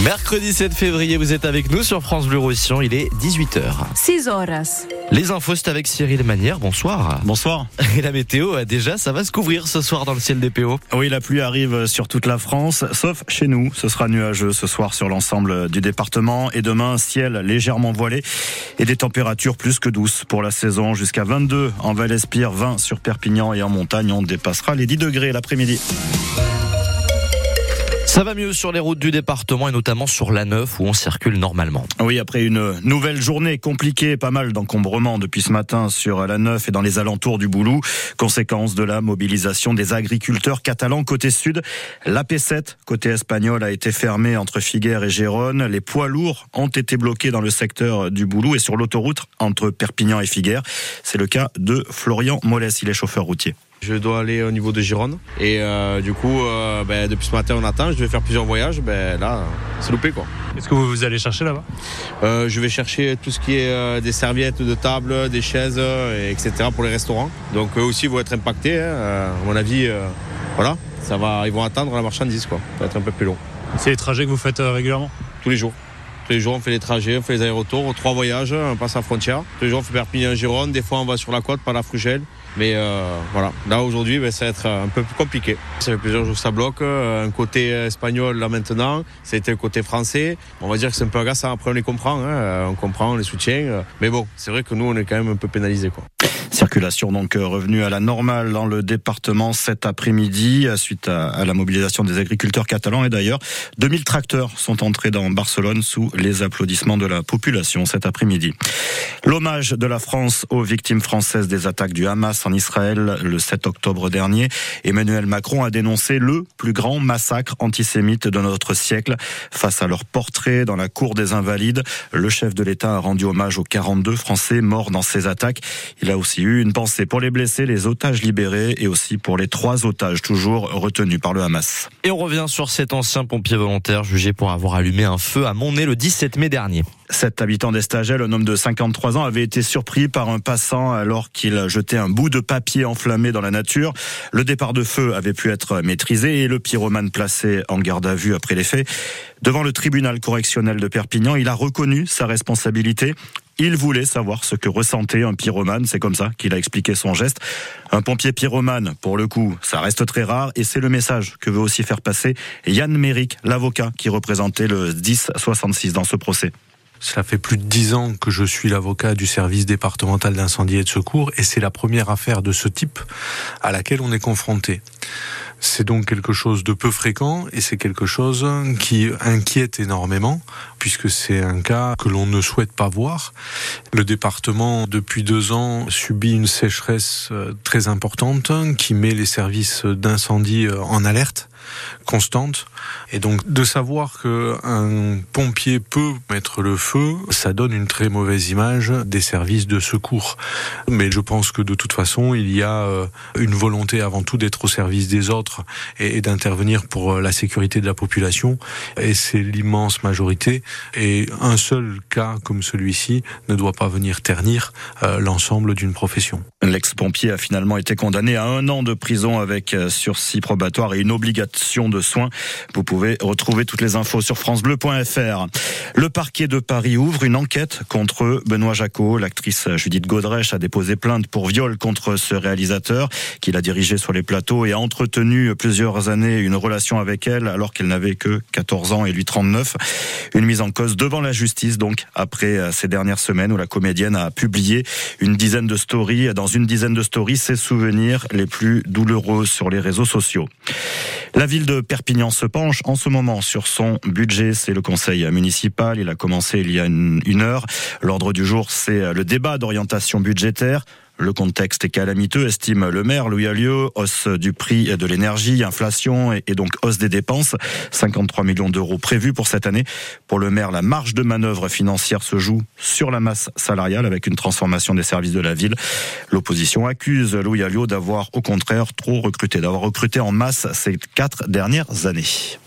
Mercredi 7 février, vous êtes avec nous sur France Bleu Roussillon, il est 18h. 6 horas. Les infos, c'est avec Cyril Manière, bonsoir. Bonsoir. Et la météo, déjà, ça va se couvrir ce soir dans le ciel des PO. Oui, la pluie arrive sur toute la France, sauf chez nous. Ce sera nuageux ce soir sur l'ensemble du département. Et demain, ciel légèrement voilé et des températures plus que douces pour la saison. Jusqu'à 22 en Val-Espire, 20 sur Perpignan et en montagne, on dépassera les 10 degrés l'après-midi. Ça va mieux sur les routes du département et notamment sur l'A9 où on circule normalement. Oui, après une nouvelle journée compliquée, pas mal d'encombrements depuis ce matin sur l'A9 et dans les alentours du Boulou. Conséquence de la mobilisation des agriculteurs catalans côté sud. L'AP7 côté espagnol a été fermée entre Figueres et Gérone. Les poids lourds ont été bloqués dans le secteur du Boulou et sur l'autoroute entre Perpignan et Figueres. C'est le cas de Florian Mollès, il est chauffeur routier. Je dois aller au niveau de Gérone et du coup depuis ce matin on attend, je devais faire plusieurs voyages, là c'est loupé quoi. Qu'est-ce que vous allez chercher là-bas ? Je vais chercher tout ce qui est des serviettes de table, des chaises, etc. pour les restaurants. Donc eux aussi vont être impactés, à mon avis, voilà, ça va, ils vont attendre la marchandise quoi, ça va être un peu plus long. C'est les trajets que vous faites régulièrement ? Tous les jours. Tous les jours on fait les trajets, on fait les allers-retours, 3 voyages, on passe à la frontière. Tous les jours on fait Perpignan-Gérone, des fois on va sur la côte, par la Fruchelle. Mais voilà, là aujourd'hui ça va être un peu plus compliqué. Ça fait plusieurs jours que ça bloque, un côté espagnol là maintenant, ça a été le côté français. On va dire que c'est un peu agaçant, après on les comprend, on comprend, on les soutient. Mais bon, c'est vrai que nous on est quand même un peu pénalisés quoi. Circulation donc revenue à la normale dans le département cet après-midi suite à la mobilisation des agriculteurs catalans et d'ailleurs 2000 tracteurs sont entrés dans Barcelone sous les applaudissements de la population cet après-midi. L'hommage de la France aux victimes françaises des attaques du Hamas en Israël le 7 octobre dernier. Emmanuel Macron a dénoncé le plus grand massacre antisémite de notre siècle. Face à leur portrait dans la cour des Invalides, le chef de l'État a rendu hommage aux 42 Français morts dans ces attaques. Il a aussi eu une pensée pour les blessés, les otages libérés et aussi pour les 3 otages toujours retenus par le Hamas. Et on revient sur cet ancien pompier volontaire jugé pour avoir allumé un feu à Montnay le 17 mai dernier. Cet habitant d'Estagel, un homme de 53 ans, avait été surpris par un passant alors qu'il jetait un bout de papier enflammé dans la nature. Le départ de feu avait pu être maîtrisé et le pyromane placé en garde à vue après les faits. Devant le tribunal correctionnel de Perpignan, il a reconnu sa responsabilité. Il voulait savoir ce que ressentait un pyromane, c'est comme ça qu'il a expliqué son geste. Un pompier pyromane, pour le coup, ça reste très rare et c'est le message que veut aussi faire passer Yann Méric, l'avocat qui représentait le 1066 dans ce procès. Cela fait plus de 10 ans que je suis l'avocat du service départemental d'incendie et de secours et c'est la première affaire de ce type à laquelle on est confronté. C'est donc quelque chose de peu fréquent et c'est quelque chose qui inquiète énormément puisque c'est un cas que l'on ne souhaite pas voir. Le département, depuis 2 ans, subit une sécheresse très importante qui met les services d'incendie en alerte constante. Et donc, de savoir qu'un pompier peut mettre le feu, ça donne une très mauvaise image des services de secours. Mais je pense que de toute façon, il y a une volonté avant tout d'être au service des autres et d'intervenir pour la sécurité de la population. Et c'est l'immense majorité. Et un seul cas comme celui-ci ne doit pas venir ternir l'ensemble d'une profession. L'ex-pompier a finalement été condamné à 1 an de prison avec sursis probatoire et une obligation de soins. Vous pouvez retrouver toutes les infos sur francebleu.fr. Le parquet de Paris ouvre une enquête contre Benoît Jacquot. L'actrice Judith Godrèche a déposé plainte pour viol contre ce réalisateur qu'il a dirigé sur les plateaux et a entretenu plusieurs années une relation avec elle alors qu'elle n'avait que 14 ans et lui 39. Une mise en cause devant la justice donc après ces dernières semaines où la comédienne a publié une dizaine de stories. Dans une dizaine de stories, ses souvenirs les plus douloureux sur les réseaux sociaux. La ville de Perpignan se penche en ce moment sur son budget. C'est le conseil municipal. Il a commencé il y a une heure. L'ordre du jour, c'est le débat d'orientation budgétaire. Le contexte est calamiteux, estime le maire Louis Alliot. Hausse du prix de l'énergie, inflation et donc hausse des dépenses. 53 millions d'euros prévus pour cette année. Pour le maire, la marge de manœuvre financière se joue sur la masse salariale avec une transformation des services de la ville. L'opposition accuse Louis Alliot d'avoir au contraire trop recruté, d'avoir recruté en masse ces 4 dernières années.